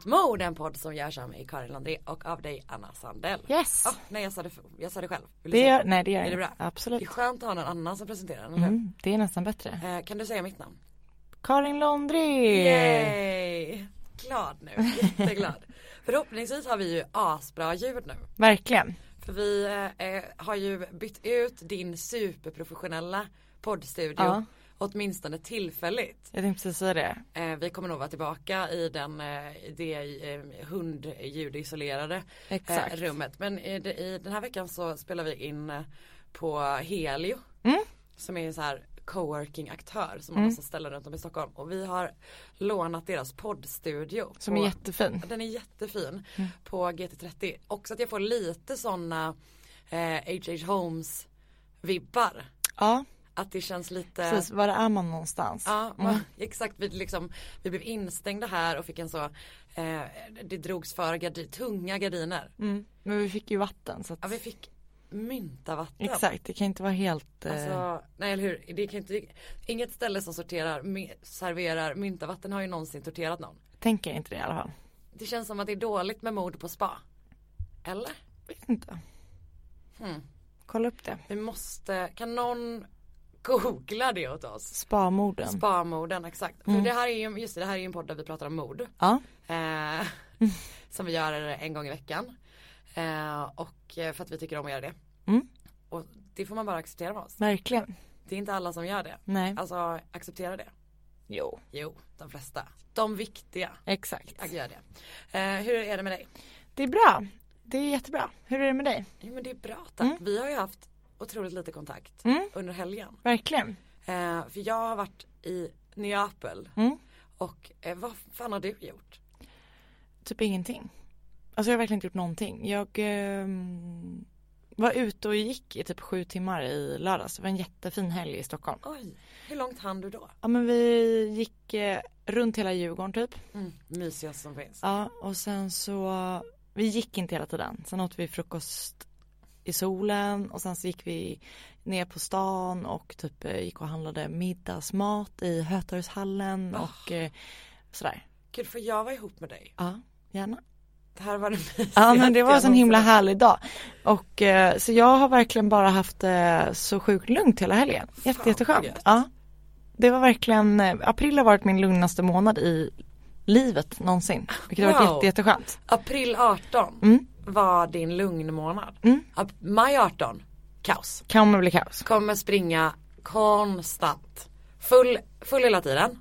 Mode, en podd som görs av mig, Karin Landré, och av dig, Anna Sandell. Yes. Nej, jag sa det själv. Det är det bra? Absolut. Det är skönt att ha någon annan som presenterar, eller hur? Det är nästan bättre. Kan du säga mitt namn? Karin Landré. Yay! Glad nu, jätteglad. Förhoppningsvis har vi ju asbra ljud nu. Verkligen. För vi har ju bytt ut din superprofessionella poddstudio, åtminstone tillfälligt. Jag tänkte precis säga det. Vi kommer nog vara tillbaka i det hundljudisolerade rummet. Men i den här veckan så spelar vi in på Helio. Som är en så här coworking-aktör som man måste ställa runt om i Stockholm. Och vi har lånat deras poddstudio. Som är jättefin. Den är jättefin på GT30. Också att jag får lite sådana H.H. Holmes-vibbar. Ja. Att det känns lite... Precis, var är man någonstans? Ja, exakt. Vi blev instängda här och fick en så... det drogs för tunga gardiner. Men vi fick ju vatten. Så att... Ja, vi fick myntavatten. Exakt, det kan inte vara helt... Alltså, nej eller hur? Det kan inte... Inget ställe som serverar myntavatten har ju någonsin torterat någon. Tänker inte det i alla fall. Det känns som att det är dåligt med mord på spa. Eller? Vet inte. Kolla upp det. Vi måste... Kan någon... googla det åt oss. Spa-morden, exakt. För det här är ju, just det här är ju en podd där vi pratar om mord. Ja. Som vi gör en gång i veckan. Och för att vi tycker om att göra det. Och det får man bara acceptera med oss. Verkligen. Det är inte alla som gör det. Nej. Alltså, acceptera det. Jo, de flesta. De viktiga. Exakt. Gör det. Hur är det med dig? Det är bra. Det är jättebra. Hur är det med dig? Jo, men det är bra, tack. Vi har ju haft otroligt lite kontakt under helgen. Verkligen. För jag har varit i Neapel. Och vad fan har du gjort? Typ ingenting. Alltså jag har verkligen inte gjort någonting. Jag var ute och gick i typ 7 timmar i lördags. Det var en jättefin helg i Stockholm. Oj, hur långt hann du då? Ja, men vi gick runt hela Djurgården typ. Mysigast som finns. Ja, och sen så... Vi gick inte hela tiden. Sen åt vi frukost i solen och sen så gick vi ner på stan och typ gick och handlade middagsmat i Hötorgshallen och sådär. Gud, för jag var ihop med dig. Ja, gärna. Det här var det mysigaste. Ja, men det var så en himla härlig dag. Och så jag har verkligen bara haft så sjukt lugnt hela helgen. Jätteskönt. Ja. Det var verkligen, april har varit min lugnaste månad i livet någonsin. Vilket har varit jätteskönt. April 18 var din lugnmånad. Maj 18, kaos. Kommer bli kaos. Kommer springa konstant. Full hela tiden.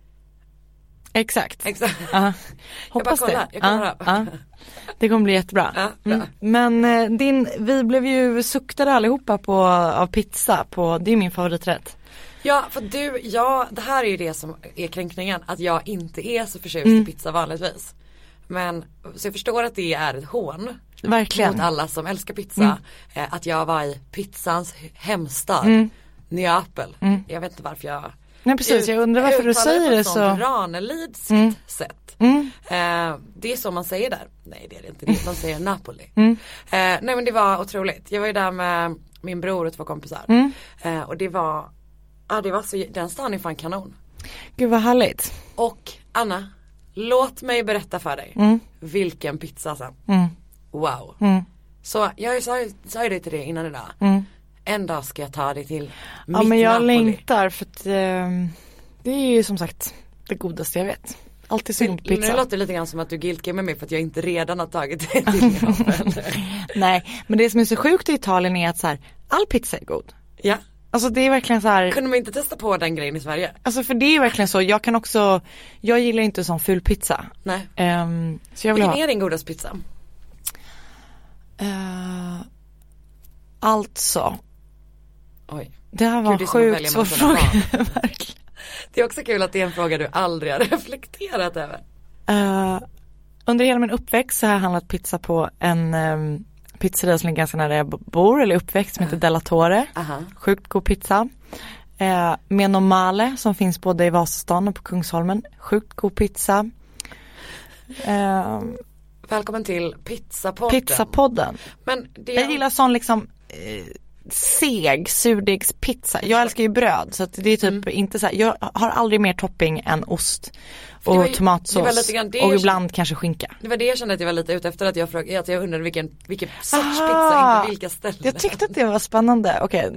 Exakt. Hoppas jag kollar. Det kommer bli jättebra. Men vi blev ju suktade allihopa av pizza. Det är min favoriträtt. Ja, för det här är ju det som är kränkningen. Att jag inte är så förtjust i pizza vanligtvis. Men så jag förstår att det är ett hån. Verkligen. Mot alla som älskar pizza. Att jag var i pizzans hemstad. Neapel. Jag vet inte varför jag... Nej, precis. Jag undrar varför du säger det så. Ranelidskt sätt. Det är så man säger där. Nej, det är det inte. Det man säger Napoli. Nej, men det var otroligt. Jag var ju där med min bror och 2 kompisar. Och det var så, den stan är fan kanon. Gud vad härligt. Och Anna, låt mig berätta för dig vilken pizza sen. Wow. Så jag sa ju det till dig innan idag. En dag ska jag ta dig till mitt Ja, men jag Napoli. längtar för att det är ju som sagt det godaste jag vet. Alltid sugen på pizza. Nu låter det lite grann som att du guiltgar med mig för att jag inte redan har tagit det till Neapel. Nej, men det som är så sjukt i Italien är att så här, all pizza är god. Ja. Alltså det är verkligen så här. Kunde man inte testa på den grejen i Sverige? Alltså för det är verkligen så. Jag gillar inte sån full pizza. Nej. Så jag vill Vilken är din godaste pizza? Alltså. Oj. Det här var sjukt svår fråga. Verkligen. Det är också kul att det är en fråga du aldrig har reflekterat över. Under hela min uppväxt så har jag handlat pizza på en pizzeria som ligger ganska nära där jag bor, eller uppväxt, som heter Della Torre. Sjukt god pizza. Meno Male som finns både i Vasastan och på Kungsholmen. Sjukt god pizza. Välkommen till Pizzapodden. Pizzapodden. Men jag gillar sån liksom seg surdegspizza. Jag älskar ju bröd så att det är typ inte så här, jag har aldrig mer topping än ost och tomatsås och ibland kanske skinka. Det var det jag kände att jag var lite ute efter, att jag undrade vilken sorts pizza, inte vilka ställen. Jag tyckte att det var spännande. Okej.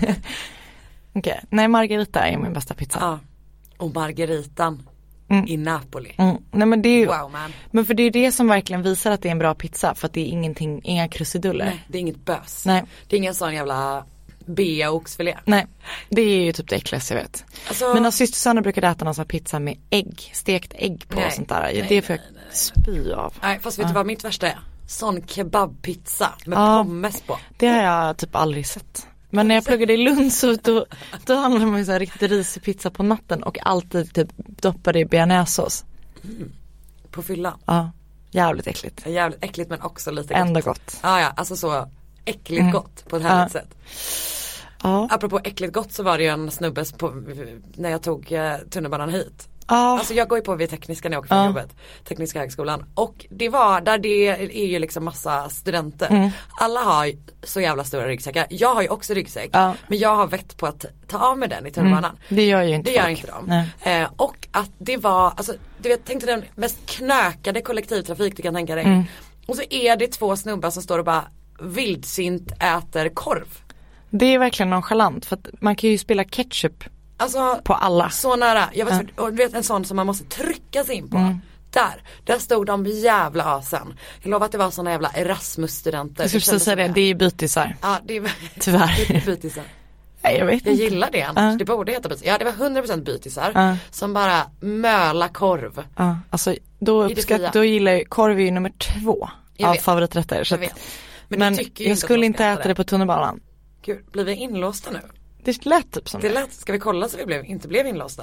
Nej, margarita är min bästa pizza. Ja. Och margaritan i Napoli. Nej, men det är ju, wow, man. Men för det är det som verkligen visar att det är en bra pizza, för att det är inga krusiduller. Nej, det är inget bös. Nej. Det är ingen sån jävla bea-oxfilé. Nej, det är ju typ det äckligaste jag vet. Alltså, mina systersöner brukade äta någon sån här pizza med stekt ägg på och sånt där. Det får jag spy av. Nej, fast vet du vad mitt värsta är? Sån kebabpizza med pommes på. Det har jag typ aldrig sett. Men när jag pluggade i Lund så då handlade man ju så här riktigt risig pizza på natten och alltid typ doppade i bearnaisesås. På fylla? Ja, jävligt äckligt. Jävligt äckligt men också lite gott. Ändå gott. Ja, alltså så äckligt gott på ett härligt sätt. Ja. Apropå äckligt gott så var det ju en snubbe när jag tog tunnelbanan hit. Alltså jag går ju på vid tekniska när jag åker från jobbet. Tekniska högskolan. Och det är ju liksom massa studenter. Alla har så jävla stora ryggsäckar. Jag har ju också ryggsäck. Men jag har vett på att ta av med den i tunnelbanan. Det gör ju inte det gör inte de. Och att det var, alltså du vet, tänkte den mest knökade kollektivtrafik du kan tänka dig. Och så är det 2 snubbar som står och bara vildsint äter korv. Det är verkligen nonchalant, för att man kan ju spela ketchup på alla. Så nära. Och du vet en sån som man måste trycka sig in på. Där stod de jävla asen. Jag lovar att det var såna jävla Erasmus-studenter. Jag skulle säga det är bytisar. Ja, det är tyvärr. Det är bytisar. Jag gillar det annars. Det borde heta bytisar. Ja, det var 100% bytisar som bara möla korv. Alltså då gillar jag korv är ju nummer 2 av favoriträtter. Så men jag skulle inte äta det på tunnelbanan. Gud, blir vi inlåsta nu? Det lät typ som det. Ska vi kolla så vi inte blev inlåsta?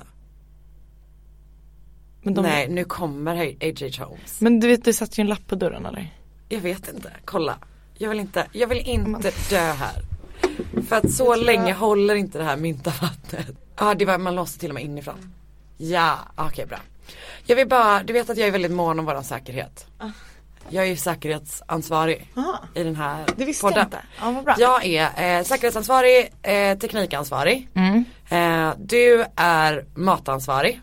Men nej, nu kommer H.H. Holmes. Men du vet, det satt ju en lapp på dörren eller? Jag vet inte, kolla. Jag vill inte dö här. För att så länge håller inte det här myntavattnet. Man låste till och med inifrån. Ja, okej, bra. Jag vill bara, du vet att jag är väldigt mån om vår säkerhet. Jag är ju säkerhetsansvarig i den här podden. Det visste jag inte. Ja, vad bra. Jag är säkerhetsansvarig, teknikansvarig. Du är matansvarig.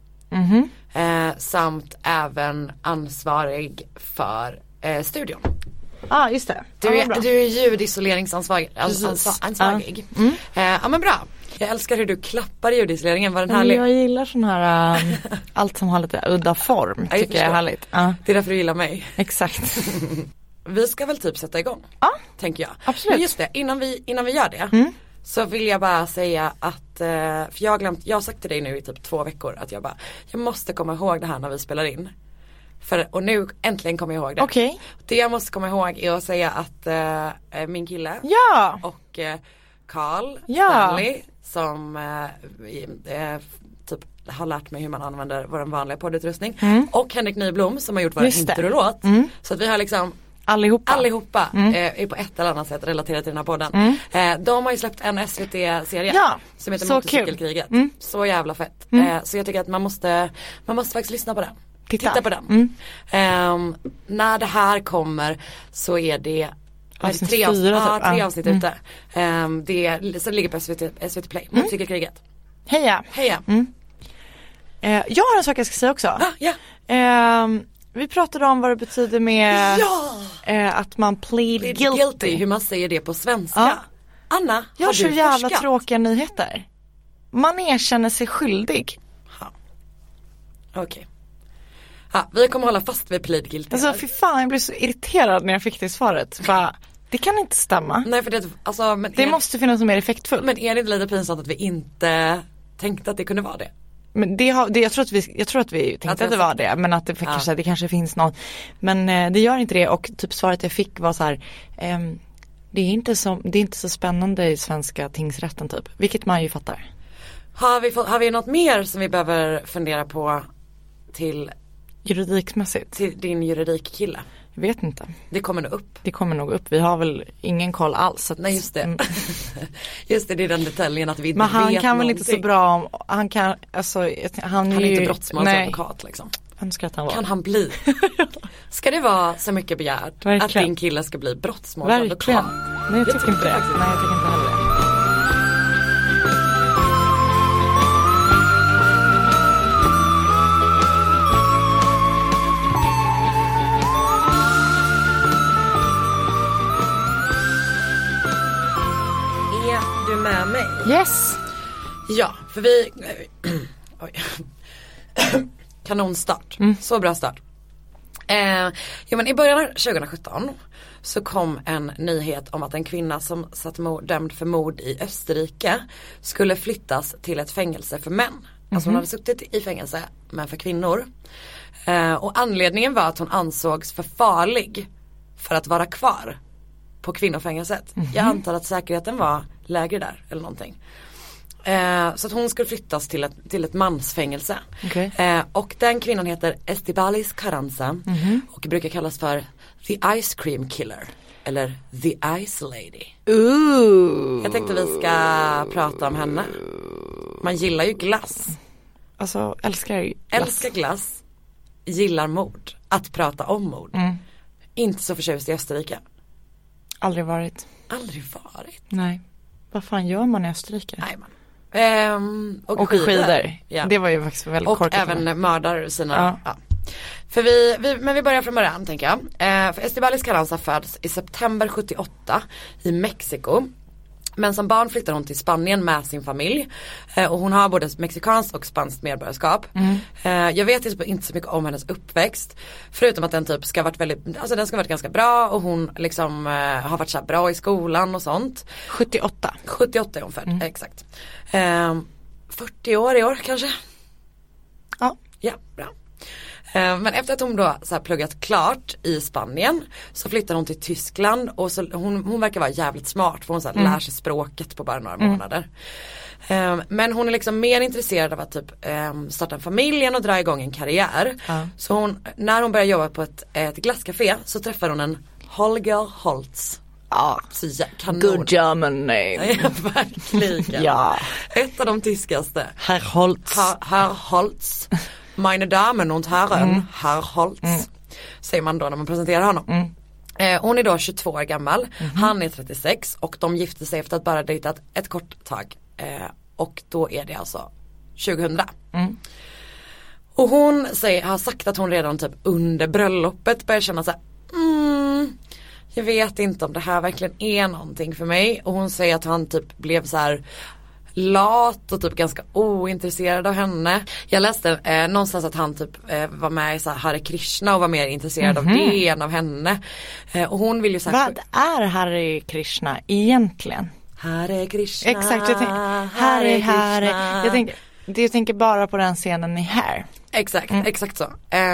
Samt även ansvarig för studion. Just det. Du är ljudisoleringsansvarig. Ansvarig. Ja, men bra. Jag älskar hur du klappar ljudisoleringen. Var den härlig? Jag gillar sån här allt som har lite udda form. Tycker jag är härligt. Det är därför du gillar mig. Exakt. Vi ska väl typ sätta igång. Tänker jag. Absolut. Men just det, innan vi gör det. Så vill jag bara säga att för jag har sagt till dig nu i typ 2 veckor att jag måste komma ihåg det här när vi spelar in. Och nu äntligen kommer jag ihåg det. Okej. Det jag måste komma ihåg är att säga att min kille och Carl Stanley som typ har lärt mig hur man använder vår vanliga poddutrustning och Henrik Nyblom som har gjort vår introlåt. Så att vi har liksom allihopa är på ett eller annat sätt relaterat till den här podden. De har ju släppt en SVT-serie som heter Motorcykelkriget. Så jävla fett. Så jag tycker att man måste faktiskt lyssna på den. Titta på den. När det här kommer så är det 3 avsnitt ute. Så ligger på SVT Play. Motorcykelkriget. Heja. Jag har en sak jag ska säga också. Vi pratade om vad det betyder med att man plead guilty. Hur man säger det på svenska. Anna, jag har så jävla tråkiga nyheter. Man erkänner sig skyldig. Okej. Vi kommer hålla fast vid plead guilty. Alltså fy fan, jag blev så irriterad när jag fick det svaret. Det kan inte stämma. Nej, för det måste finnas något mer effektfullt. Men är det inte lite pinsamt att vi inte tänkte att det kunde vara det? Men jag tror att vi tänkte att det var det. Men att det kanske finns någon. Men det gör inte det. Och typ svaret jag fick var så här. Det är inte så spännande i svenska tingsrätten typ. Vilket man ju fattar. Har vi något mer som vi behöver fundera på till juridikmässigt? Till din juridikkille? Jag vet inte. Det kommer nog upp. Vi har väl ingen koll alls. Nej, just det. Just det är den detaljen att vi inte vet någonting. Men han kan väl inte så bra om, han är inte brottsmålsadvokat liksom. Önskar att han var. Kan han bli? Ska det vara så mycket begärt att din kille ska bli brottsmålsadvokat? Nej, jag tycker inte det. Nej, jag tycker inte heller det. Är du med mig? Yes. Ja, för vi... Oj. Kanonstart. Så bra start. Jo, men i början av 2017 så kom en nyhet om att en kvinna som satt dömd för mord i Österrike skulle flyttas till ett fängelse för män. Alltså hon hade suttit i fängelse men för kvinnor. Och anledningen var att hon ansågs för farlig för att vara kvar på kvinnofängelset. Jag antar att säkerheten var lägre där eller någonting. Så att hon skulle flyttas till ett mansfängelse. Okay. Och den kvinnan heter Estibaliz Carranza och brukar kallas för The Ice Cream Killer. Eller The Ice Lady. Ooh. Jag tänkte vi ska prata om henne. Man gillar ju glass. Alltså älskar glass. Älskar glass. Gillar mord. Att prata om mord. Inte så förtjust i Österrike. Aldrig varit. Aldrig varit? Nej. Vad fan gör man i Österrike? Nej man. Och skidor. Ja. Det var ju faktiskt väldigt och kort. Och även mördar sina. Ja. För men vi börjar från början tänker jag. För Estibaliz Carranza föds i september 78 i Mexiko. Men som barn flyttar hon till Spanien med sin familj. Och hon har både mexikanskt och spanskt medborgarskap. Jag vet inte så mycket om hennes uppväxt. Förutom att den typ ska ha varit den ska ha varit ganska bra. Och hon liksom har varit så här bra i skolan och sånt. 78 är hon född, exakt. 40 år i år kanske. Ja, bra. Men efter att hon då så här pluggat klart i Spanien så flyttar hon till Tyskland och så, hon verkar vara jävligt smart för hon så här lär sig språket på bara några månader. Men hon är liksom mer intresserad av att typ starta en familj och dra igång en karriär. Så när hon börjar jobba på ett glasscafé så träffar hon en Holger Holtz. Good German name. Ja, verkligen. Ja. Ett av de tyskaste. Herr Holtz. Herr Holtz. Meine Damen und Herren, Herr Holtz. Säger man då när man presenterar honom. Hon är då 22 år gammal. Han är 36 och de gifte sig efter att bara dejtat ett kort tag. Och då är det alltså 2000. Och hon har sagt att hon redan typ under bröllopet börjar känna så här, jag vet inte om det här verkligen är någonting för mig. Och hon säger att han typ blev så här lat och typ ganska ointresserad av henne. Jag läste någonstans att han typ var med i så här Hare Krishna och var mer intresserad av det än av henne. Och hon vill ju så här, vad är Hare Krishna egentligen? Hare Krishna. Exakt, jag tänker jag tänker bara på den scenen i Hair. Exakt så.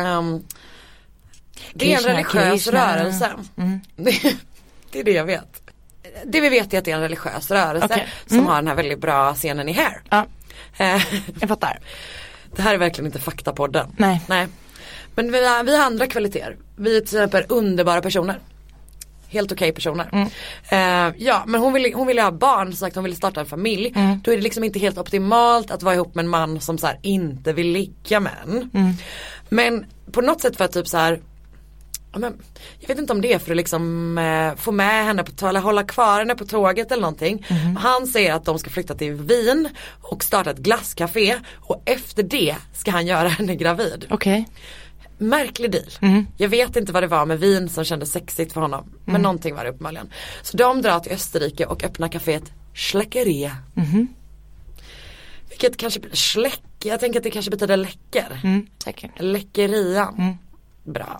Det är en religiös rörelse. Det är det jag vet. Det vi vet är att det är en religiös rörelse som har den här väldigt bra scenen i Hair. Ja. Jag fattar. Det här är verkligen inte faktapodden. Nej. Men vi har andra kvaliteter. Vi är till exempel underbara personer. Helt okej personer. Men hon vill ha barn, så sagt hon vill starta en familj. Då är det liksom inte helt optimalt att vara ihop med en man som så här inte vill ligga med en. Men på något sätt för att typ så här, jag vet inte om det är för att liksom få med henne eller hålla kvar henne på tåget eller någonting. Han säger att de ska flytta till Wien och starta ett glasscafé och efter det ska han göra henne gravid. Märklig deal. Jag vet inte vad det var med Wien som kändes sexigt för honom. Men någonting var det uppenbarligen. Så de drar till Österrike och öppnar kaféet Schleckeria. Vilket kanske jag tänker att det kanske betyder läcker. Säkert. Läckeria. Bra.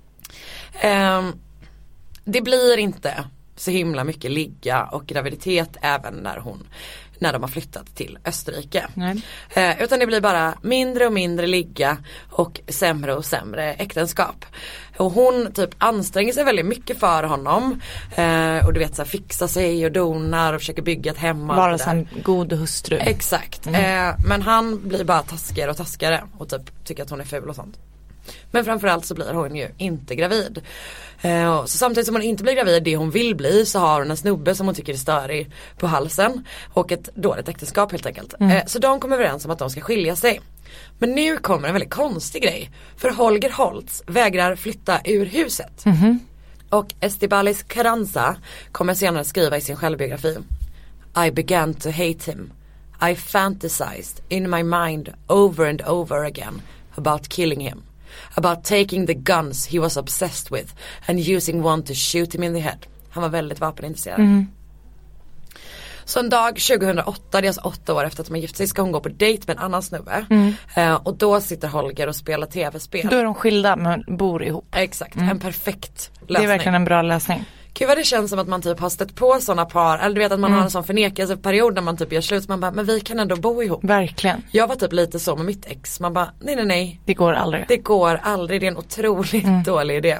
Det blir inte så himla mycket ligga och graviditet även när de har flyttat till Österrike. Utan det blir bara mindre och mindre ligga och sämre äktenskap. Och hon typ anstränger sig väldigt mycket för honom. Och du vet så här, fixa sig och donar och försöker bygga ett hem. Vara en god hustru. Exakt. Men han blir bara taskigare och taskigare och typ tycker att hon är ful och sånt. Men framförallt så blir hon ju inte gravid. Så samtidigt som hon inte blir gravid det hon vill bli, så har hon en snubbe som hon tycker är störig på halsen. Och ett dåligt äktenskap helt enkelt. Så de kommer överens om att de ska skilja sig. Men nu kommer en väldigt konstig grej. För Holger Holtz vägrar flytta ur huset. Och Estibalis Carranza kommer senare skriva i sin självbiografi: I began to hate him. I fantasized in my mind over and over again about killing him. About taking the guns he was obsessed with and using one to shoot him in the head. Han var väldigt vapenintresserad. Så en dag 2008, det är alltså 8 år efter att de gift sig, ska hon gå på dejt med en annan snubbe. Och då sitter Holger och spelar tv-spel. Då är de skilda men bor ihop. Exakt, en perfekt lösning. Det är verkligen en bra lösning. Gud vad det känns som att man typ har stött på sådana par. Eller du vet att man har en sån förnekelseperiod när man typ gör slut. Så man bara, men vi kan ändå bo ihop. Verkligen. Jag var typ lite så med mitt ex. Man bara, nej. Det går aldrig. Det går aldrig, det är en otroligt dålig idé.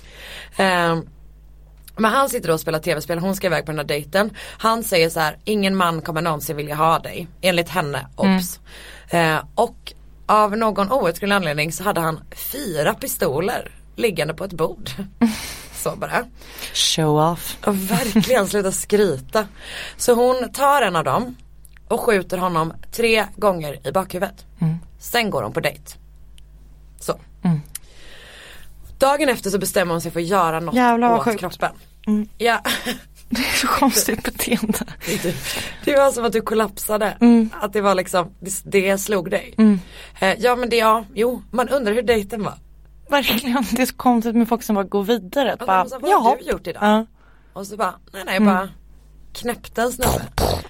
Men han sitter då och spelar tv-spel. Hon ska iväg på den här dejten. Han säger så här: ingen man kommer någonsin vilja ha dig. Enligt henne, obs. Och av någon outgrundlig anledning så hade han 4 pistoler liggande på ett bord. Så bara. Show off. Och verkligen, sluta skryta. Så hon tar en av dem och skjuter honom 3 gånger i bakhuvudet. Sen går hon på dejt. Så. Dagen efter så bestämmer hon sig för att göra något åt kroppen. Ja. Det är så konstigt beteende. Det var som att du kollapsade. Att det var liksom, det slog dig. Ja men det, man undrar hur dejten var. Verkligen, det är så konstigt med folk som bara går vidare. Alltså, bara, vad har du gjort idag? Och så bara, nej bara knäppte en snubbe.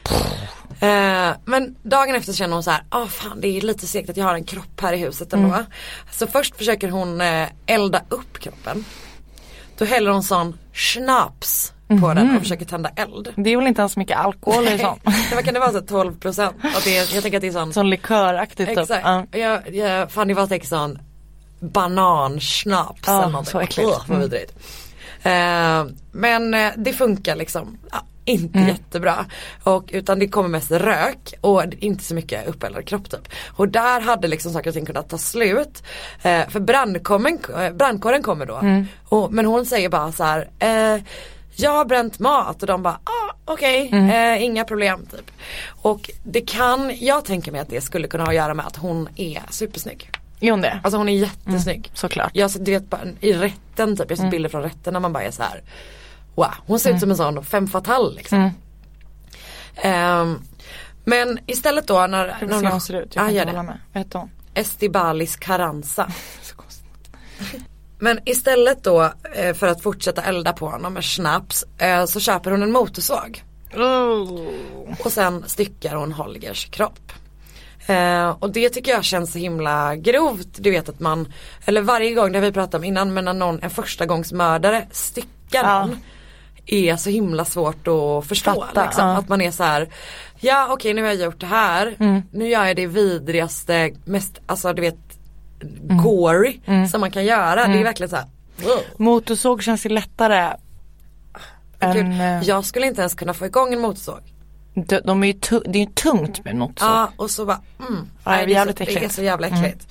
Men dagen efter känner hon så här: fan det är lite segt att jag har en kropp här i huset ändå. Så först försöker hon elda upp kroppen. Då häller hon sån schnaps på den och försöker tända eld. Det är väl inte ens mycket alkohol i sånt. Vad kan det vara, så 12%? Jag tänker att det är sån liköraktigt. Exakt. Fan det var säkert sån bananschnaps eller någonting. Så äckligt. Vidrigt. Men det funkar liksom inte jättebra. Utan det kommer mest rök och inte så mycket uppeldad kropp typ. Och där hade liksom saker och ting kunnat ta slut. För brandkåren kommer då. Men hon säger bara så här: jag har bränt mat. Och de bara, okej, inga problem typ. Och jag tänker mig att det skulle kunna ha att göra med att hon är supersnygg. Är hon det? Alltså hon är jättesnygg. Såklart. Du vet bara, i rätten typ, jag ser bilder från rätten när man bara är så här: wow, hon ser ut som en sån femme fatale liksom. Men istället då när hon ser ut, jag kan inte hålla med. Vad heter hon? Estibalis Carranza. Men istället då för att fortsätta elda på honom med snaps så köper hon en motorsåg. Och sen styckar hon Holgers kropp. Och det tycker jag känns så himla grovt. Du vet att man, eller varje gång, det har vi pratat om innan, men när en första gångs mördare styckar någon är så himla svårt att förstå liksom. Att man är så här: okej, nu har jag gjort det här. Nu gör jag det vidrigaste, mest, alltså du vet, gory som man kan göra. Det är verkligen så här. Motorsåg känns ju lättare än... Jag skulle inte ens kunna få igång en motorsåg. De är ju det är ju tungt med något så. Ja, och så bara det är så jävla äckligt.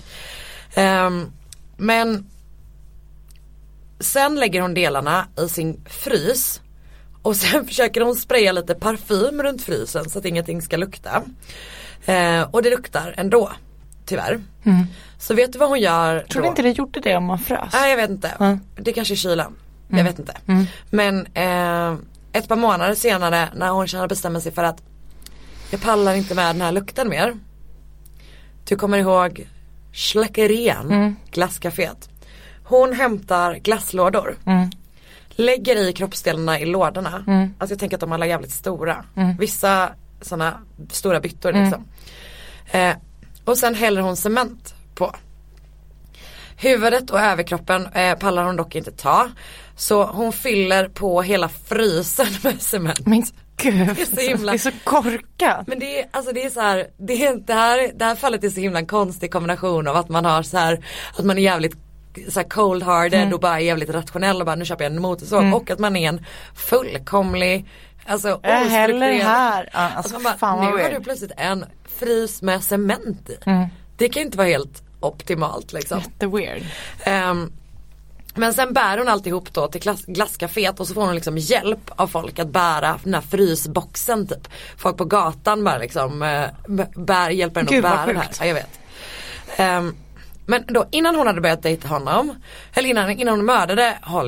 Men sen lägger hon delarna i sin frys. Och sen försöker hon spraya lite parfym runt frysen så att ingenting ska lukta. Och det luktar ändå, tyvärr. Så vet du vad hon gör då? Tror du inte det gjorde det om man frös? Nej, jag vet inte. Det kanske är kylan. Jag vet inte. Men ett par månader senare, när hon känner bestämmer sig för att jag pallar inte med den här lukten mer. Du kommer ihåg Släckerian, glasscaféet. Hon hämtar glasslådor. Lägger i kroppsdelarna i lådorna. Alltså jag tänker att de alla är jävligt stora. Vissa sådana stora byttor liksom. Och sen häller hon cement på. Huvudet och överkroppen pallar hon dock inte ta. Så hon fyller på hela frysen med cement. Men gud, det är så korkat. Men det är så här, det här fallet är så himla en konstig kombination av att man har så här, att man är jävligt så här cold-hearted och bara är jävligt rationell och bara nu köper jag en motorsåg och att man är en fullkomlig, alltså ostrukturerad här. Alltså man bara, nu har du plötsligt en frys med cement i. Det kan inte vara helt optimalt liksom. Jätteweird. Men sen bär hon alltihop då till glasscaféet och så får hon liksom hjälp av folk att bära den här frysboxen typ. Folk på gatan bara liksom hjälper henne att bära det här. Ja, jag vet. Men då innan hon hade börjat dejta honom, eller innan hon mördade Holger,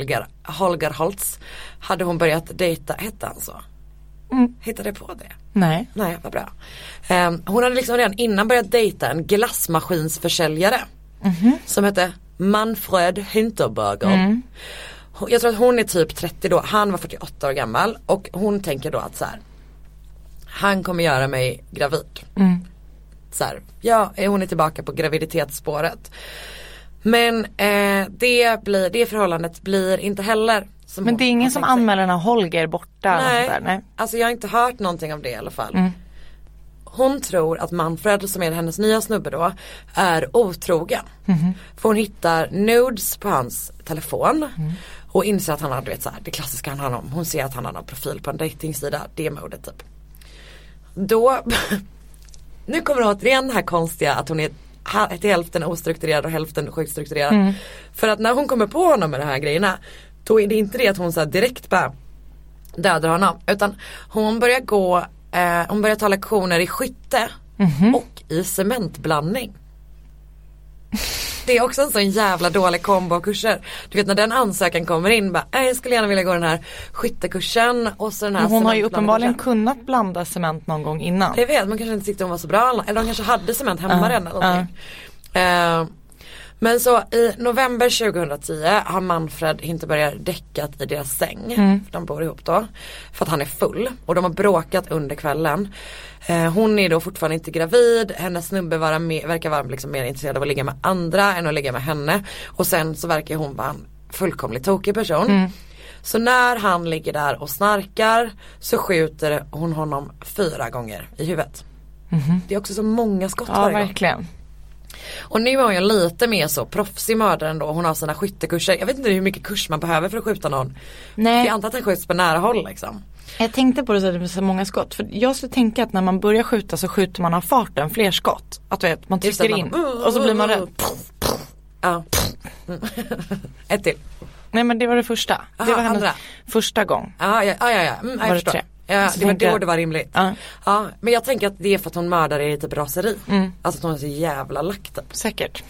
Holger Holtz hade hon börjat dejta, hette han så? Hittade på det? Nej, vad bra. Hon hade liksom redan innan börjat dejta en glassmaskinsförsäljare som hette Manfred Hinterberger. Jag tror att hon är typ 30 då, han var 48 år gammal och hon tänker då att så här, han kommer göra mig gravid. Så här, hon är tillbaka på graviditetsspåret. Men det förhållandet blir inte heller som men det är ingen som anmäler när Holger borta? Nej, alltså jag har inte hört någonting om det i alla fall. Hon tror att Manfred, som är hennes nya snubbe då, är otrogen. För hon hittar nudes på hans telefon och inser att han har, du vet så här, det klassiska han har om. Hon ser att han har någon profil på en dejtingsida, det modet typ. Då, nu kommer det återigen det här konstiga att hon är till hälften ostrukturerad och hälften sjukt strukturerad. För att när hon kommer på honom med de här grejerna, då är det inte det att hon så här direkt bara dödar honom, utan hon börjar ta lektioner i skytte och i cementblandning. Det är också en sån jävla dålig kombo av kurser. Du vet när den ansökan kommer in, bara, jag skulle gärna vilja gå den här skyttekursen och så den här. Men hon har ju uppenbarligen kunnat blanda cement någon gång innan. Jag vet, man kanske inte tyckte hon var så bra, eller de kanske hade cement hemma redan. Men så i november 2010 har Manfred Hinterberger däckat i deras säng. För de bor ihop då. För att han är full. Och de har bråkat under kvällen. Hon är då fortfarande inte gravid. Hennes snubbe verkar vara liksom mer intresserad av att ligga med andra än att ligga med henne. Och sen så verkar hon vara en fullkomligt tokig person. Så när han ligger där och snarkar så skjuter hon honom 4 gånger i huvudet. Det är också så många skott varje gång. Verkligen. Och nu är hon ju lite mer så proffsig mördare ändå. Hon har sina skyttekurser. Jag vet inte hur mycket kurs man behöver för att skjuta någon. Nej. Jag antar att den skjuts på nära håll liksom. Jag tänkte på det så att det är så många skott. För jag skulle tänka att när man börjar skjuta så skjuter man av farten fler skott. Att du vet, man trycker in och så blir man rädd. Ja. Ett till. Nej men det var det första. Aha, det var hennes andra. Första gång. Ja. Jag förstår. 3. Ja, det var då det var rimligt. Ja. Men jag tänker att det är för att hon mördar i typ raseri. Alltså att hon är så jävla lagt upp. Säkert.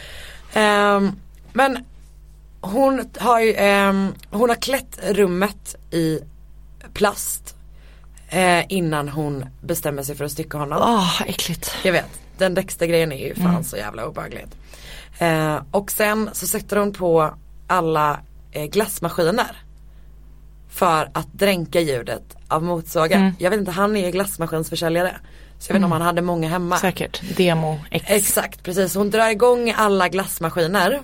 Men hon har klätt rummet i plast innan hon bestämmer sig för att stycka honom. Äckligt. Jag vet, den Dexter-grejen är ju fan så jävla obehagligt. Och sen så sätter hon på alla glassmaskiner för att dränka ljudet av motsågen. Jag vet inte, han är glassmaskinsförsäljare. Så jag vet inte om han hade många hemma. Säkert, Demo X. Exakt, precis. Hon drar igång alla glassmaskiner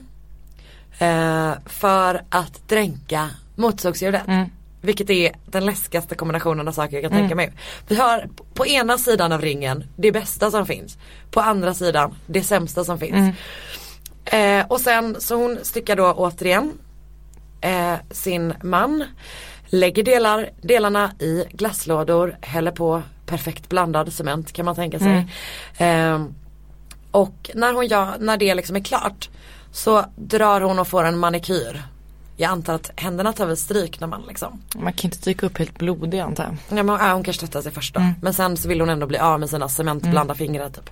för att dränka motsågsljudet. Vilket är den läskigaste kombinationen av saker jag kan tänka mig. Vi har på ena sidan av ringen det bästa som finns. På andra sidan det sämsta som finns. Och sen så hon styckar då återigen sin man. Lägger delarna i glasslådor, häller på perfekt blandad cement kan man tänka sig. Och när det liksom är klart så drar hon och får en manikyr. Jag antar att händerna tar väl stryk när man liksom. Man kan inte dyka upp helt blodig antar jag. Ja, men, hon kanske tvättar sig först då. Men sen så vill hon ändå bli av med sina cementblanda fingrar typ.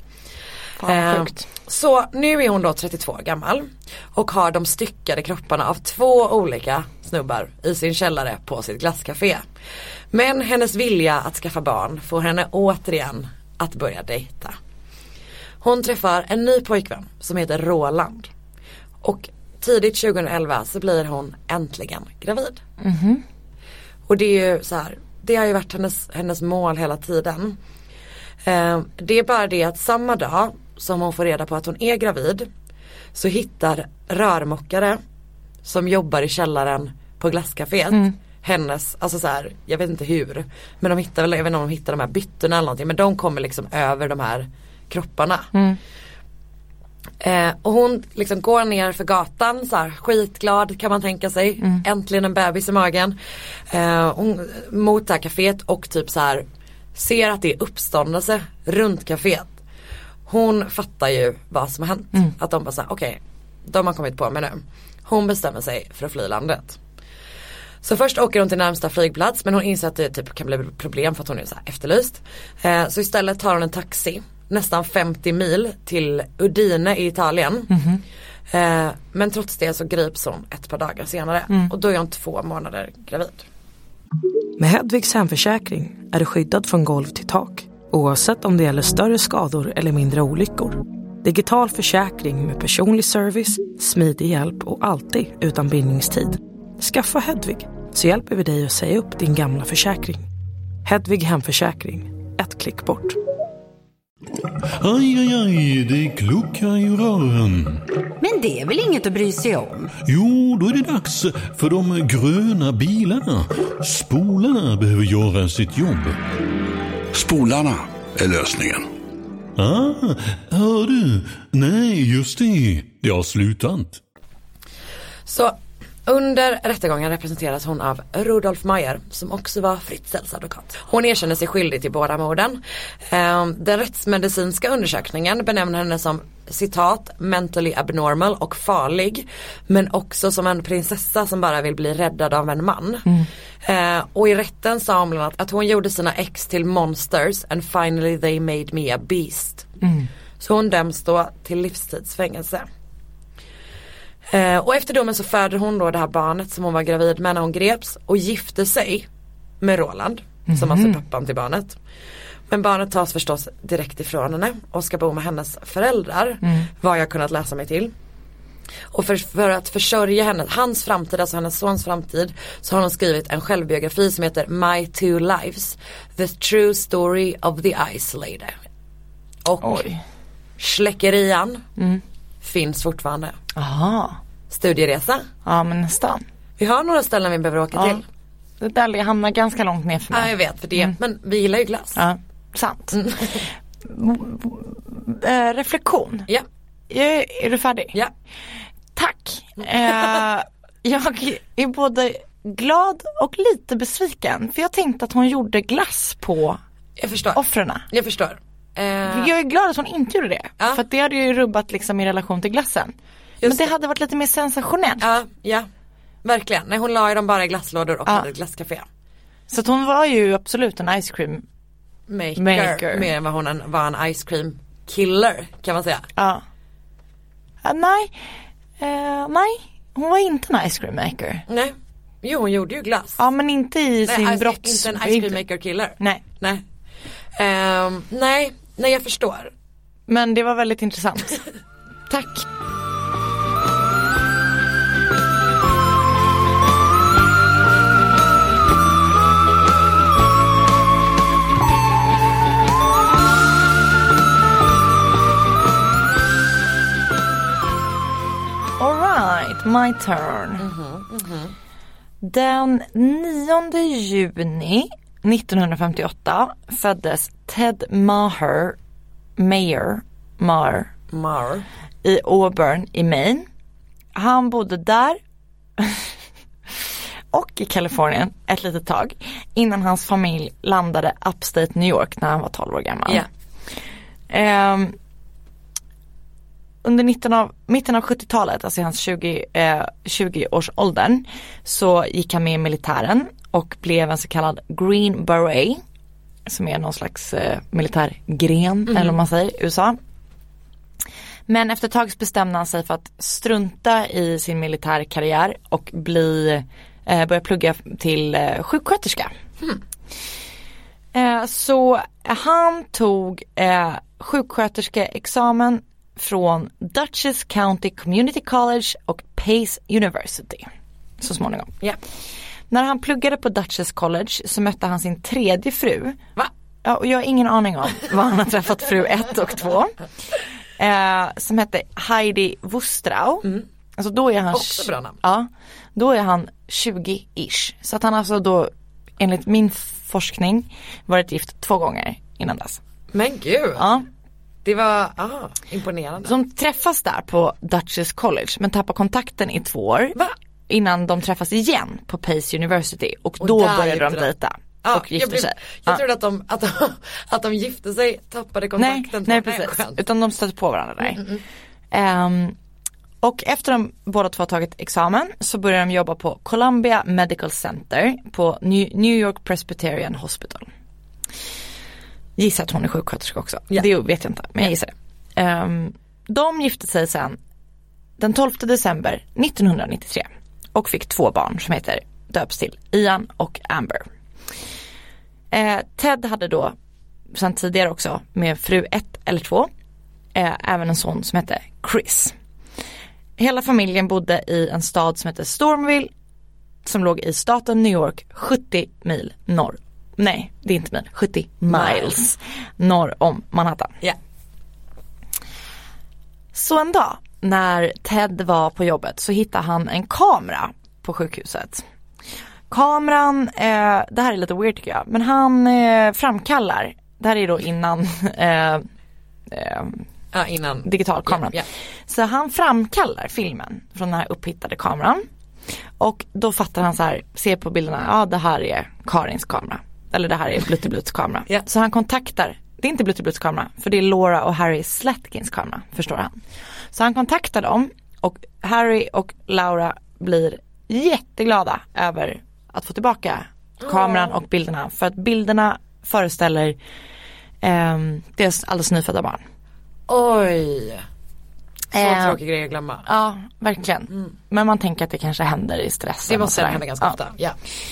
Så nu är hon då 32 gammal och har de styckade kropparna av 2 olika snubbar i sin källare på sitt glasscafé. Men hennes vilja att skaffa barn får henne återigen att börja dejta. Hon träffar en ny pojkvän som heter Roland. Och tidigt 2011 så blir hon äntligen gravid. Och det är ju så här, det har ju varit hennes mål hela tiden. Det är bara det att samma dag som hon får reda på att hon är gravid så hittar rörmokare som jobbar i källaren på glasscaféet hennes, alltså så här, jag vet inte hur, men de hittar väl, jag vet inte om de hittar de här byttorna eller någonting, men de kommer liksom över de här kropparna. Och hon liksom går ner för gatan så här, skitglad kan man tänka sig, äntligen en bebis i magen, hon, mot det här kaféet och typ så här ser att det är uppståndelse runt kaféet. Hon fattar ju vad som har hänt. Att de bara såhär, okej, de har kommit på mig nu. Hon bestämmer sig för att fly landet. Så först åker hon till närmsta flygplats, men hon inser att det typ kan bli problem för att hon är så här efterlyst. Så istället tar hon en taxi nästan 50 mil till Udine i Italien. Men trots det så grips hon ett par dagar senare och då är hon 2 månader gravid. Med Hedvigs hemförsäkring är du skyddad från golv till tak, oavsett om det gäller större skador eller mindre olyckor. Digital försäkring med personlig service, smidig hjälp och alltid utan bindningstid. Skaffa Hedvig så hjälper vi dig att säga upp din gamla försäkring. Hedvig hemförsäkring, ett klick bort. Aj, det kluckar i rören. Men det är väl inget att bry sig om? Jo, då är det dags för de gröna bilarna. Spolarna behöver göra sitt jobb. Spolarna är lösningen. Hör du? Nej, just det. Det har slutat. Så under rättegången representeras hon av Rudolf Meyer som också var Fritzels advokat. Hon erkänner sig skyldig till båda morden. Den rättsmedicinska undersökningen benämner henne som citat mentally abnormal och farlig, men också som en prinsessa som bara vill bli räddad av en man. Och i rätten sa hon bland annat att hon gjorde sina ex till monsters and finally they made me a beast. Så hon döms då till livstidsfängelse. Och efter domen så födde hon då det här barnet som hon var gravid med när hon greps och gifte sig med Roland, som alltså pappan till barnet. Men barnet tas förstås direkt ifrån henne och ska bo med hennes föräldrar, vad jag kunnat läsa mig till. Och för att försörja henne, hans framtid, alltså hennes sons framtid, så har hon skrivit en självbiografi som heter My Two Lives, The True Story of the Ice Lady. Och släckerian finns fortfarande. Aha. Studieresa. Ja, men nästan. Vi har några ställen vi behöver åka till. Det där hamnar ganska långt ner för mig. Ja, jag vet för det. Men vi gillar ju glass. Ja, sant. Reflektion. Ja. Är du färdig? Ja. Tack. Jag är både glad och lite besviken. För jag tänkte att hon gjorde glass på offren. Jag förstår. Jag är glad att hon inte gjorde det. För att det hade ju rubbat liksom i relation till glassen. Men det hade varit lite mer sensationellt. Ja, verkligen. Nej, hon la ju dem bara i glasslådor och hade ett glasscafé. Så att hon var ju absolut en ice cream maker. Mer än vad hon var en ice cream killer, kan man säga. Nej, hon var inte en ice cream maker. Nej, jo hon gjorde ju glass. Ja, men inte i sin brotts... Inte en ice cream maker killer. Nej. Nej, jag förstår. Men det var väldigt intressant. Tack. Alright, my turn. Den 9 juni 1958 föddes Ted Maher i Auburn i Maine. Han bodde där och i Kalifornien ett litet tag innan hans familj landade upstate New York när han var 12 år gammal. Under mitten av 70-talet, alltså i hans 20-årsåldern, så gick han med i militären och blev en så kallad Green Beret, som är någon slags militärgren, eller vad man säger, i USA. Men efter ett tag bestämde han sig för att strunta i sin militärkarriär och börja plugga till sjuksköterska. Så han tog sjuksköterskeexamen från Dutchess County Community College och Pace University så småningom. När han pluggade på Dutchess College så mötte han sin tredje fru. Va? Ja, och jag har ingen aning om vad han har träffat fru 1 och 2. Som hette Heidi Wustrau. Alltså då är han också bra namn. Ja, då är han 20-ish. Så att han alltså då, enligt min forskning, varit gift 2 gånger innan dess. Men gud. Ja. Det var imponerande. De träffas där på Dutchess College men tappar kontakten i 2 år. Va? Innan de träffas igen på Pace University. Och då började de dejta. Och gifte sig. Jag trodde att de gifte sig, tappade kontakten. Nej, precis. Utan de stötte på varandra där. Och efter de båda 2 har tagit examen så börjar de jobba på Columbia Medical Center på New York Presbyterian Hospital. Gissar att hon är sjuksköterska också. Det vet jag inte, men jag gissar det. De gifte sig sen den 12 december 1993 och fick 2 barn som döps till Ian och Amber. Ted hade då sedan tidigare också med fru 1 eller 2 även en son som hette Chris. Hela familjen bodde i en stad som heter Stormville som låg i staten New York 70 mil norr. Nej, det är inte mil. 70 miles norr om Manhattan. Yeah. Så en dag när Ted var på jobbet så hittade han en kamera på sjukhuset. Kameran, det här är lite weird tycker jag, men han framkallar, det här är då innan innan digitalkameran. Yeah. Så han framkallar filmen från den här upphittade kameran. Och då fattar han så här, ser på bilderna, ja det här är Karins kamera. Eller det här är Blutty-Bluts kamera. Yeah. Så han kontaktar, det är inte Blutty-Bluts kamera, för det är Laura och Harry Slatkins kamera, förstår han. Så han kontaktar dem och Harry och Laura blir jätteglada över att få tillbaka kameran och bilderna. För att bilderna föreställer deras alldeles nyfödda barn. Oj. Så tråkig grej att glömma. Ja, verkligen. Men man tänker att det kanske händer i stress. Det måste hända ganska ofta. Ja.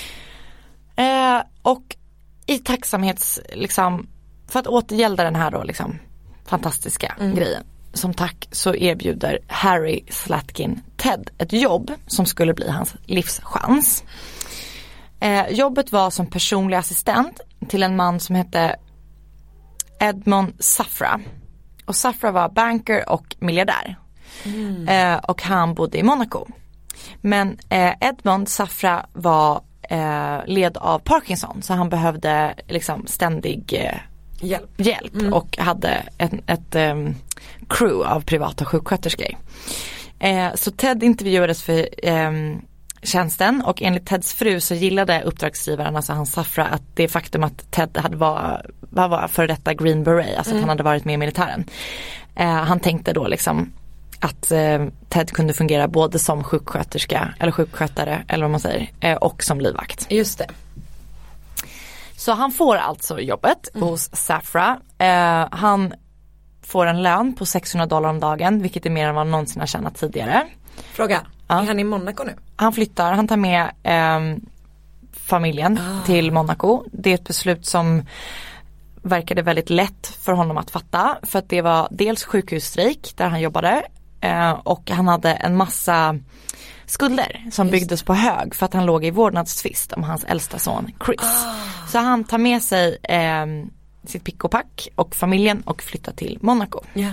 Och i tacksamhets liksom, för att återgälda den här då liksom fantastiska grejen. Som tack så erbjuder Harry Slatkin Ted ett jobb som skulle bli hans livschans. Jobbet var som personlig assistent till en man som hette Edmond Safra. Och Safra var banker och miljardär. Och han bodde i Monaco. Men Edmond Safra var led av Parkinson. Så han behövde liksom ständig hjälp. Och hade ett crew av privata sjuksköterskor. Så Ted intervjuades för tjänsten och enligt Teds fru så gillade uppdragsgivaren, alltså hans Safra, att det faktum att Ted var för detta Green Beret, alltså att han hade varit med i militären. Han tänkte då liksom att Ted kunde fungera både som sjuksköterska eller sjukskötare eller vad man säger och som livvakt. Just det. Så han får alltså jobbet hos Safra. Han får en lön på $600 om dagen, vilket är mer än vad han någonsin har tjänat tidigare. Fråga, är han i Monaco nu? Han flyttar, han tar med familjen till Monaco. Det är ett beslut som verkade väldigt lätt för honom att fatta. För att det var dels sjukhusstrejk där han jobbade och han hade en massa skulder som byggdes på hög för att han låg i vårdnadstvist om hans äldsta son Chris. Så han tar med sig sitt pick och pack och familjen och flyttar till Monaco. Yeah.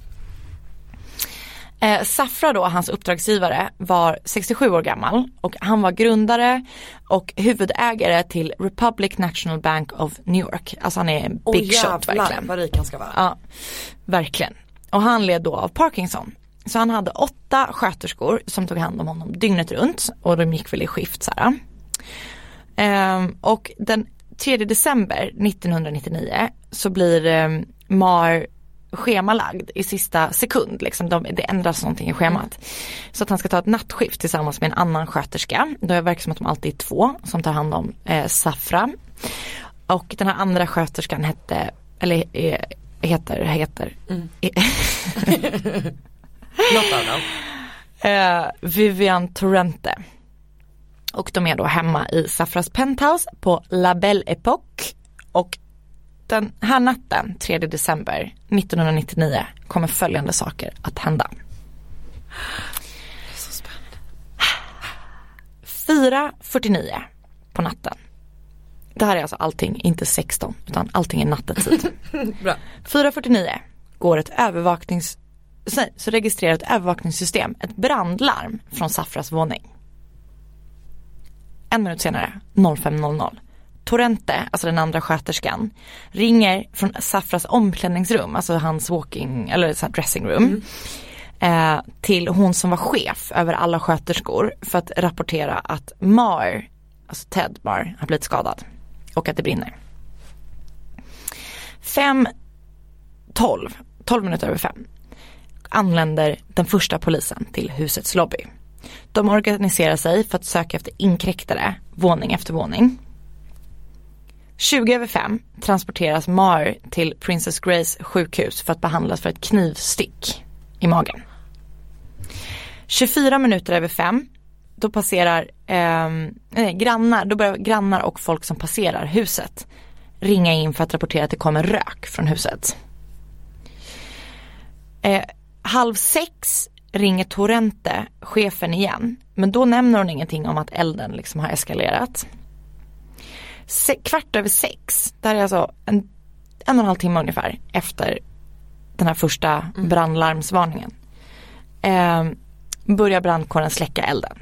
Safra då, hans uppdragsgivare, var 67 år gammal och han var grundare och huvudägare till Republic National Bank of New York. Alltså han är en big shot verkligen. Vad rik han ska vara. Ja, verkligen. Och han led då av Parkinson. Så han hade 8 sköterskor som tog hand om honom dygnet runt och de gick väl i skift så här. Och den 3 december 1999 så blir Mar schemalagd i sista sekund. Liksom det ändras någonting i schemat. Så att han ska ta ett nattskift tillsammans med en annan sköterska. Då är det som att de alltid är 2 som tar hand om Safra. Och den här andra sköterskan heter Något av dem. Vivian Torrente. Och de är då hemma i Safras penthouse på La Belle Époque. Och den här natten, 3 december 1999, kommer följande saker att hända. Det är så spännande. 4:49 på natten. Det här är alltså allting, inte 16, utan allting är nattetid. Bra. 4:49 går så registrerar ett övervakningssystem ett brandlarm från Safras våning. 1 minut senare, 05:00. Torrente, alltså den andra sköterskan, ringer från Safras omklädningsrum, alltså hans walking eller dressing room, till hon som var chef över alla sköterskor för att rapportera att Mar, alltså Ted Mar, har blivit skadad och att det brinner. 12 minuter över 5 anländer den första polisen till husets lobby. De organiserar sig för att söka efter inkräktare våning efter våning. 20:05 transporteras Mar till Princess Grace sjukhus för att behandlas för ett knivstick i magen. 24 minuter över 5, då passerar då börjar grannar och folk som passerar huset ringa in för att rapportera att det kommer rök från huset. 5:30 ringer Torrente chefen igen, men då nämner hon ingenting om att elden liksom har eskalerat. 5:15, där är alltså en och en halv timme ungefär efter den här första brandlarmsvarningen, börjar brandkåren släcka elden.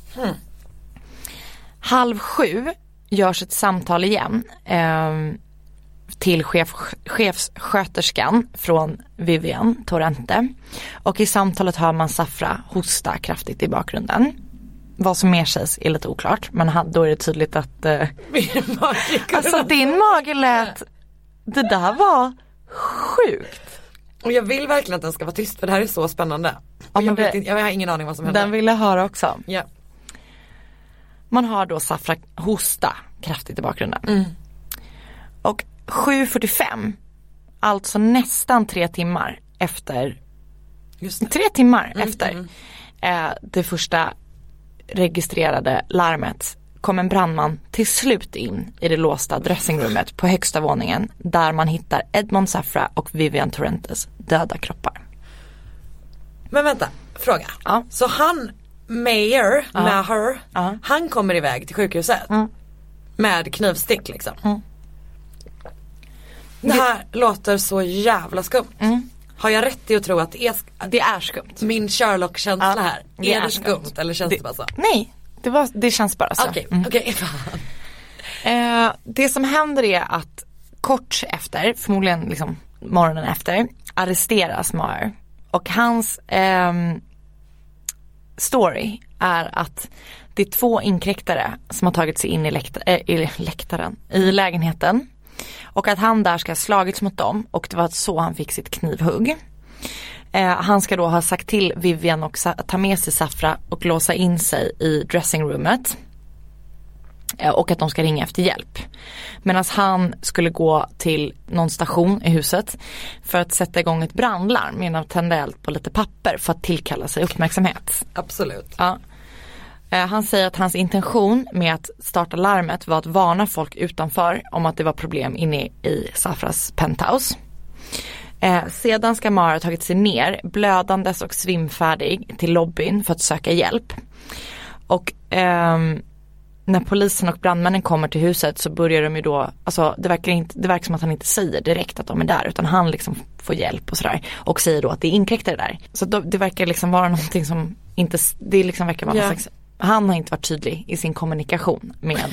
6:30 görs ett samtal igen till chefssköterskan från Vivian Torrente, och i samtalet hör man Safra hosta kraftigt i bakgrunden. Vad som mer sägs är lite oklart, men då är det tydligt att alltså din mage lät, det där var sjukt. Och jag vill verkligen att den ska vara tyst, för det här är så spännande. Ja, jag har ingen aning vad som händer. Den ville höra också. Ja. Man har då Safra hosta kraftigt i bakgrunden. Och 7:45, alltså nästan 3 timmar efter, efter det första registrerade larmet, kom en brandman till slut in i det låsta dressingrummet på högsta våningen, där man hittar Edmond Safra och Vivian Torrentes döda kroppar. Men vänta, fråga. Ja. Så han, Mayer, han kommer iväg till sjukhuset med knivstick liksom. Det här låter så jävla skumt. Har jag rätt i att tro att det är skumt? Min Sherlock-känsla här. Är det skumt eller känns det bara så? Nej, det känns bara så. Okej. Det som händer är att kort efter, förmodligen liksom morgonen efter, arresteras Maher. Och hans story är att det är 2 inkräktare som har tagit sig in i lägenheten. Och att han där ska ha slagits mot dem, och det var så han fick sitt knivhugg. Han ska då ha sagt till Vivian och ta med sig Safra och låsa in sig i dressingroomet. Och att de ska ringa efter hjälp. Medan han skulle gå till någon station i huset för att sätta igång ett brandlarm genom att tända eld på lite papper för att tillkalla sig uppmärksamhet. Absolut. Ja. Han säger att hans intention med att starta larmet var att varna folk utanför om att det var problem inne i Safras penthouse. Sedan ska Maher ha tagit sig ner, blödandes och svimfärdig, till lobbyn för att söka hjälp. Och när polisen och brandmännen kommer till huset så börjar de ju då, alltså det verkar som att han inte säger direkt att de är där, utan han liksom får hjälp och sådär, och säger då att det är inkräktare där. Så det verkar liksom vara någonting som inte, det liksom verkar vara någon slags, han har inte varit tydlig i sin kommunikation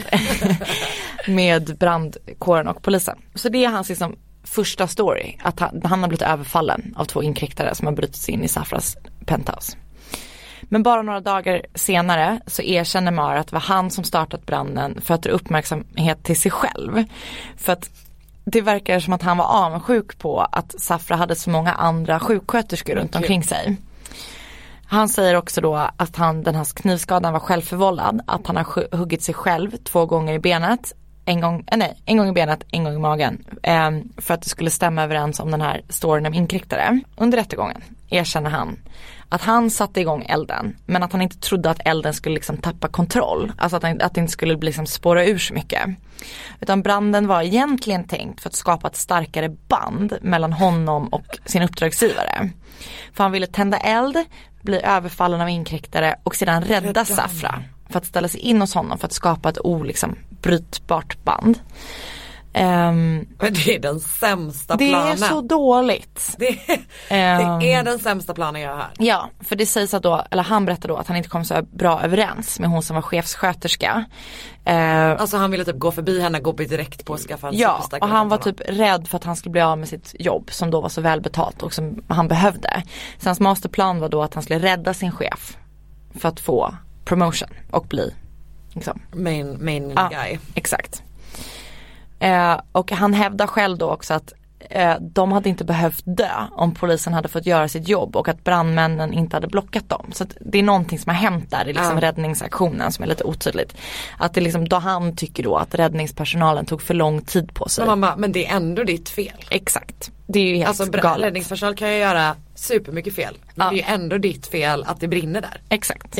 med brandkåren och polisen. Så det är hans liksom första story, att han har blivit överfallen av 2 inkräktare som har brutit sig in i Safras penthouse. Men bara några dagar senare så erkänner Maher att det var han som startat branden för att dra uppmärksamhet till sig själv. För att det verkar som att han var avundsjuk på att Safra hade så många andra sjuksköterskor runt omkring sig. Han säger också då att den här knivskadan var självförvållad, att han har huggit sig själv 2 gånger i benet. En gång i benet, en gång i magen, för att det skulle stämma överens om den här storyn om inkräktare. Under rättegången erkänner han att han satte igång elden, men att han inte trodde att elden skulle liksom tappa kontroll, alltså att det inte skulle liksom spåra ur så mycket. Utan branden var egentligen tänkt för att skapa ett starkare band mellan honom och sin uppdragsgivare. För han ville tända eld, bli överfallen av inkräktare och sedan rädda Safra för att ställa sig in hos honom för att skapa ett brytbart band. Men det är den sämsta planen. Det är så dåligt. Det är den sämsta planen jag har. Ja, för det sägs att han berättar då att han inte kom så bra överens med hon som var chefssköterska. Alltså han ville typ gå förbi henne, gå direkt på att skaffa en superstark. Och han var typ rädd för att han skulle bli av med sitt jobb som då var så välbetalt och som han behövde. Så hans masterplan var då att han skulle rädda sin chef för att få promotion och bli liksom main guy. Exakt. Och han hävdar själv då också att de hade inte behövt dö om polisen hade fått göra sitt jobb och att brandmännen inte hade blockat dem. Så att det är någonting som har hänt där i liksom räddningsaktionen som är lite otydligt. Att det liksom, då han tycker då att räddningspersonalen tog för lång tid på sig. Men det är ändå ditt fel. Exakt. Det är ju helt galet. Räddningspersonal kan ju göra supermycket fel. Men det är ju ändå ditt fel att det brinner där. Exakt.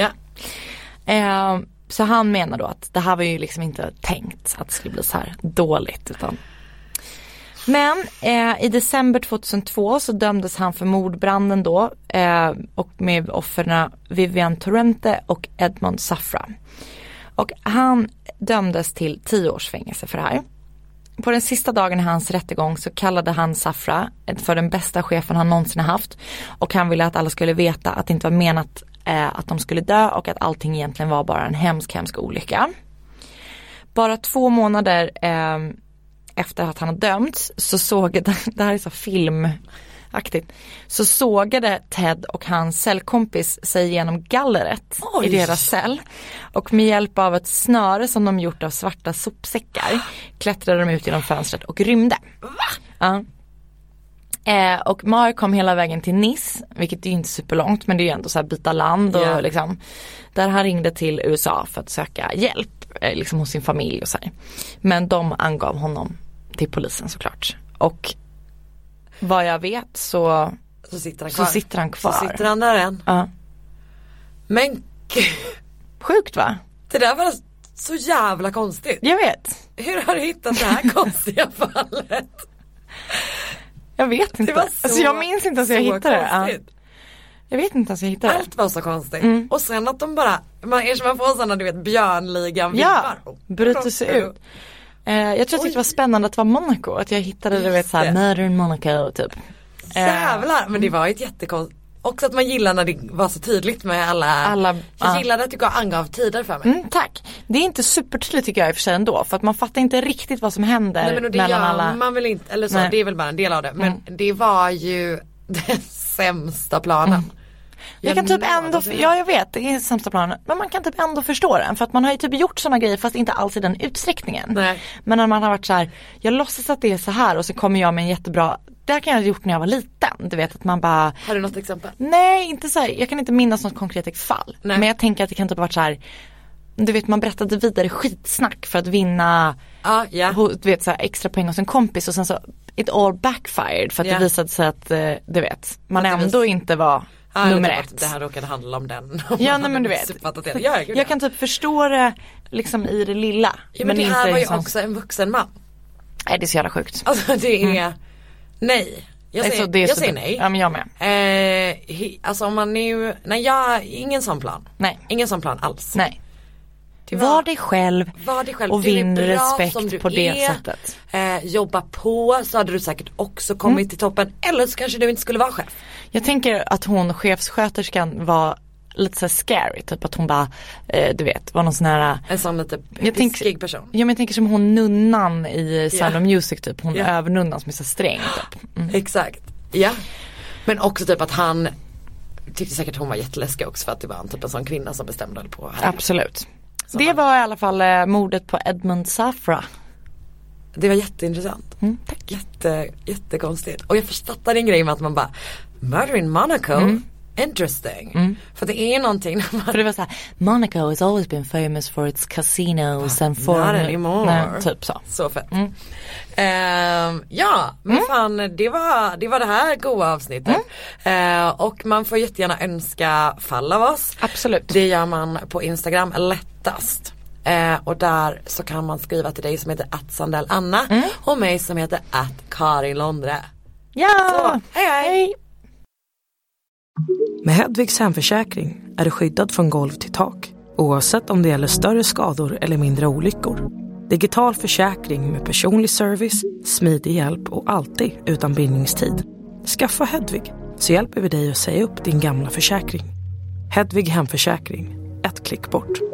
Ja. Så han menar då att det här var ju liksom inte tänkt att det skulle bli så här dåligt. Utan... Men i december 2002 så dömdes han för mordbranden då. Och med offerna Vivian Torrente och Edmond Safra. Och han dömdes till 10 års fängelse för det här. På den sista dagen i hans rättegång så kallade han Safra för den bästa chefen han någonsin haft. Och han ville att alla skulle veta att det inte var menat att de skulle dö och att allting egentligen var bara en hemsk olycka. Bara 2 månader efter att han har dömts så det här är så filmaktigt, så sågade Ted och hans cellkompis sig genom gallret i deras cell. Och med hjälp av ett snöre som de gjort av svarta sopsäckar klättrade de ut genom fönstret och rymde. Ja. Och Mar kom hela vägen till Nice, vilket är inte superlångt, men det är ju ändå så här byta land och liksom, där han ringde till USA för att söka hjälp liksom hos sin familj och så här. Men de angav honom till polisen såklart. Och vad jag vet så sitter han kvar. Så sitter han där än. Ja. Men sjukt va? Det där var så jävla konstigt. Jag vet. Hur har du hittat det här konstiga fallet? Jag vet inte. Alltså jag minns inte att jag hittade det. Ja. Jag vet inte att jag hittade det. Allt var så konstigt. Och sen att de bara, man får sådana, du vet, björnligan vibbar. Bryter sig ut. Jag tror att det var spännande att det var Monaco. Att jag hittade, du vet, såhär Murder in Monaco typ. Jävlar, men det var ett jättekonstigt. Också att man gillar när det var så tydligt med alla jag gillade att du angav tider för mig. Tack. Det är inte supertydligt tycker jag i och för sig ändå. För att man fattar inte riktigt vad som händer. Nej, men det mellan alla. Man vill inte, eller så, det är väl bara en del av det. Men det var ju den sämsta planen. Jag kan typ ändå, jag vet, det är sämsta planen. Men man kan typ ändå förstå den. För att man har ju typ gjort såna grejer fast inte alls i den utsträckningen. Nej. Men när man har varit så här, jag låtsas att det är så här och så kommer jag med en jättebra, det här kan jag ha gjort när jag var liten. Du vet att man bara... Har du något exempel? Nej, inte så här, jag kan inte minnas något konkret fall. Nej. Men jag tänker att det kan typ ha varit så här, du vet man berättade vidare skitsnack för att vinna du vet, så här, extra poäng hos en kompis och sen så it all backfired för att det visade sig att du vet, man ändå inte var nummer 1. Det här råkade handla om den. Ja, nej, men du vet. Jag kan typ förstå det liksom i det lilla. Ja, men det här var ju också en vuxen man. Nej, det är så jävla sjukt. Alltså det är nej. Jag säger nej. Ja, men jag med. Alltså om man nu, ingen sån plan. Nej. Ingen sån plan alls. Nej. Var dig själv och vinn respekt på det sättet. Jobba på så hade du säkert också kommit till toppen. Eller så kanske du inte skulle vara chef. Jag tänker att hon, chefssköterskan, var lite så scary. Typ att hon bara, du vet, var någon sån här... En sån lite piskig person. Ja, men jag tänker som hon nunnan i Sound of Music typ. Hon övernunnan som är så sträng typ. Exakt, ja. Men också typ att han tyckte säkert hon var jätteläskig också för att det var typ en sån kvinna som bestämde på här. Absolut. Det var i alla fall mordet på Edmond Safra. Det var jätteintressant. Tack. Jättekonstigt. Och jag förstod en grej med att man bara Murder in Monaco? Interesting. För det är någonting för det var så här, Monaco has always been famous for its casinos and for... Not anymore. Nej, typ så. Så fett. Men fan, det var det här goda avsnittet. Och man får jättegärna önska fall av oss. Absolut. Det gör man på Instagram lättast. Och där så kan man skriva till dig som heter @sandellanna och mig som heter @karinlondre. Ja! Så, hej! Med Hedvigs hemförsäkring är du skyddad från golv till tak, oavsett om det gäller större skador eller mindre olyckor. Digital försäkring med personlig service, smidig hjälp och alltid utan bindningstid. Skaffa Hedvig så hjälper vi dig att säga upp din gamla försäkring. Hedvig hemförsäkring, ett klick bort.